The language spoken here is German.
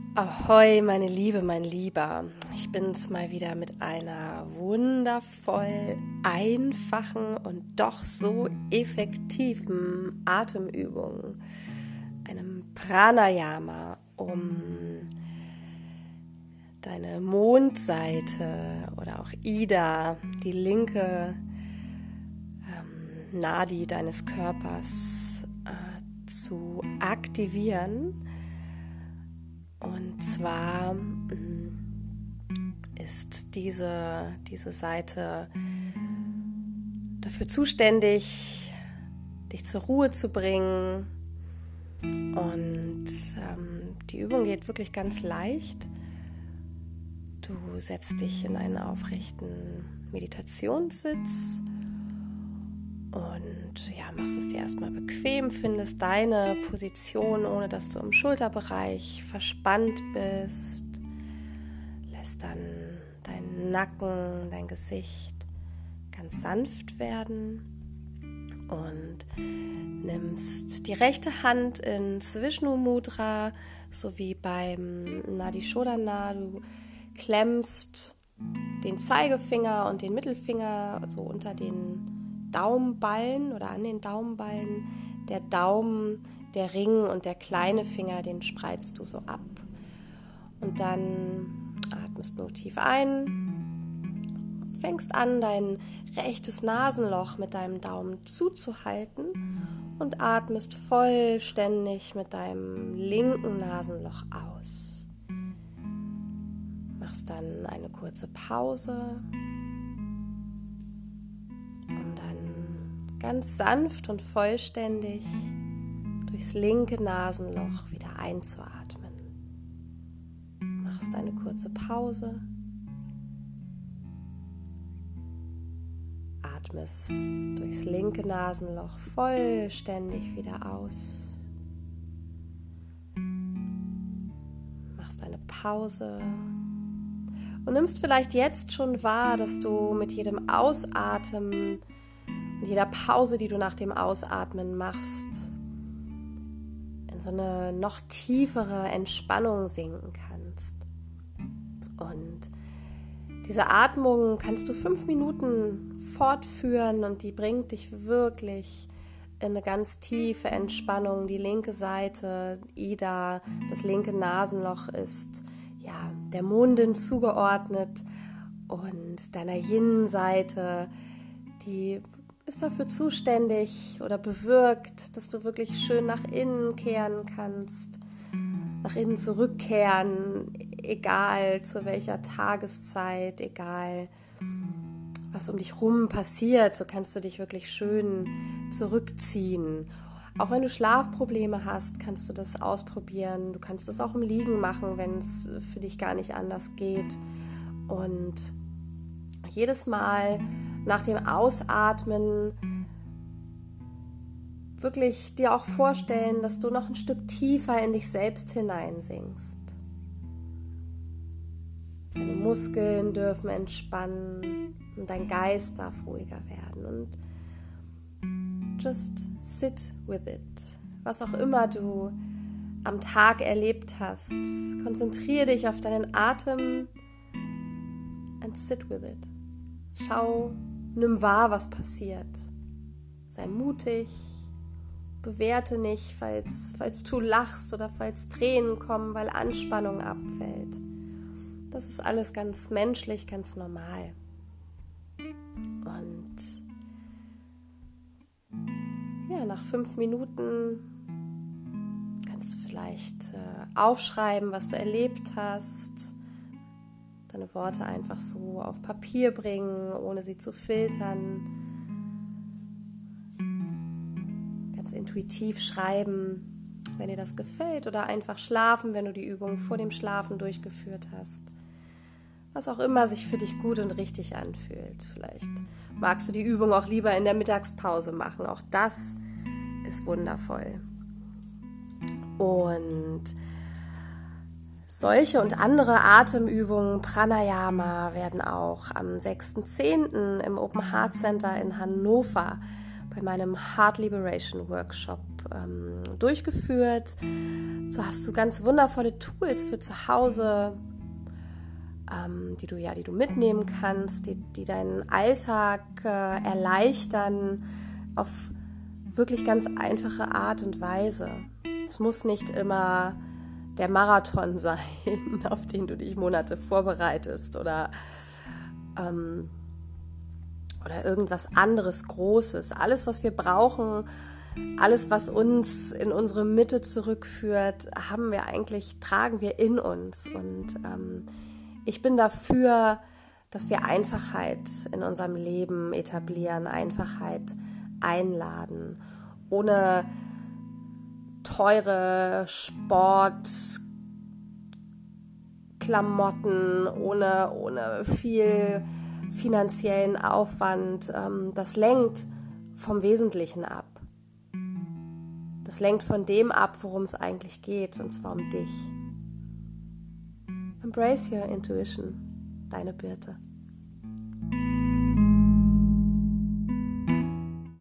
Ahoi, meine Liebe, mein Lieber. Ich bin's mal wieder mit einer wundervoll einfachen und doch so effektiven Atemübung, einem Pranayama, um deine Mondseite oder auch Ida, die linke Nadi deines Körpers zu aktivieren. Und zwar ist diese Seite dafür zuständig, dich zur Ruhe zu bringen. Und die Übung geht wirklich ganz leicht. Du setzt dich in einen aufrechten Meditationssitz und machst es dir erstmal bequem, findest deine Position, ohne dass du im Schulterbereich verspannt bist. Lässt dann deinen Nacken, dein Gesicht ganz sanft werden und nimmst die rechte Hand ins Vishnu Mudra, so wie beim Nadi Shodhana. Du klemmst den Zeigefinger und den Mittelfinger so unter den Daumenballen oder an den Daumenballen. Der Daumen, der Ring und der kleine Finger, den spreizt du so ab. Und dann atmest du tief ein, fängst an, dein rechtes Nasenloch mit deinem Daumen zuzuhalten und atmest vollständig mit deinem linken Nasenloch aus. Machst dann eine kurze Pause. Ganz sanft und vollständig durchs linke Nasenloch wieder einzuatmen. Machst eine kurze Pause. Atmest durchs linke Nasenloch vollständig wieder aus. Machst eine Pause und nimmst vielleicht jetzt schon wahr, dass du mit jedem Ausatmen, in jeder Pause, die du nach dem Ausatmen machst, in so eine noch tiefere Entspannung sinken kannst. Und diese Atmung kannst du 5 Minuten fortführen und die bringt dich wirklich in eine ganz tiefe Entspannung. Die linke Seite, Ida, das linke Nasenloch ist der Mondin zugeordnet und deiner Yin-Seite, die ist dafür zuständig oder bewirkt, dass du wirklich schön nach innen kehren kannst, nach innen zurückkehren, egal zu welcher Tageszeit, egal was um dich rum passiert, so kannst du dich wirklich schön zurückziehen. Auch wenn du Schlafprobleme hast, kannst du das ausprobieren. Du kannst das auch im Liegen machen, wenn es für dich gar nicht anders geht. Und jedes Mal nach dem Ausatmen wirklich dir auch vorstellen, dass du noch ein Stück tiefer in dich selbst hineinsinkst. Deine Muskeln dürfen entspannen und dein Geist darf ruhiger werden. Und just sit with it. Was auch immer du am Tag erlebt hast, konzentriere dich auf deinen Atem and sit with it. Schau, nimm wahr, was passiert. Sei mutig, bewerte nicht, falls du lachst oder falls Tränen kommen, weil Anspannung abfällt. Das ist alles ganz menschlich, ganz normal. Und nach 5 Minuten kannst du vielleicht aufschreiben, was du erlebt hast. Deine Worte einfach so auf Papier bringen, ohne sie zu filtern. Ganz intuitiv schreiben, wenn dir das gefällt, oder einfach schlafen, wenn du die Übung vor dem Schlafen durchgeführt hast. Was auch immer sich für dich gut und richtig anfühlt. Vielleicht magst du die Übung auch lieber in der Mittagspause machen. Auch das ist wundervoll. Und solche und andere Atemübungen, Pranayama, werden auch am 6.10. im Open Heart Center in Hannover bei meinem Heart Liberation Workshop durchgeführt. So hast du ganz wundervolle Tools für zu Hause, die du mitnehmen kannst, die deinen Alltag erleichtern auf wirklich ganz einfache Art und Weise. Es muss nicht immer der Marathon sein, auf den du dich Monate vorbereitest oder irgendwas anderes Großes. Alles, was wir brauchen, alles, was uns in unsere Mitte zurückführt, tragen wir in uns. Und ich bin dafür, dass wir Einfachheit in unserem Leben etablieren, Einfachheit einladen, ohne teure Sportklamotten, ohne viel finanziellen Aufwand. Das lenkt vom Wesentlichen ab. Das lenkt von dem ab, worum es eigentlich geht, und zwar um dich. Embrace your intuition, deine Birte.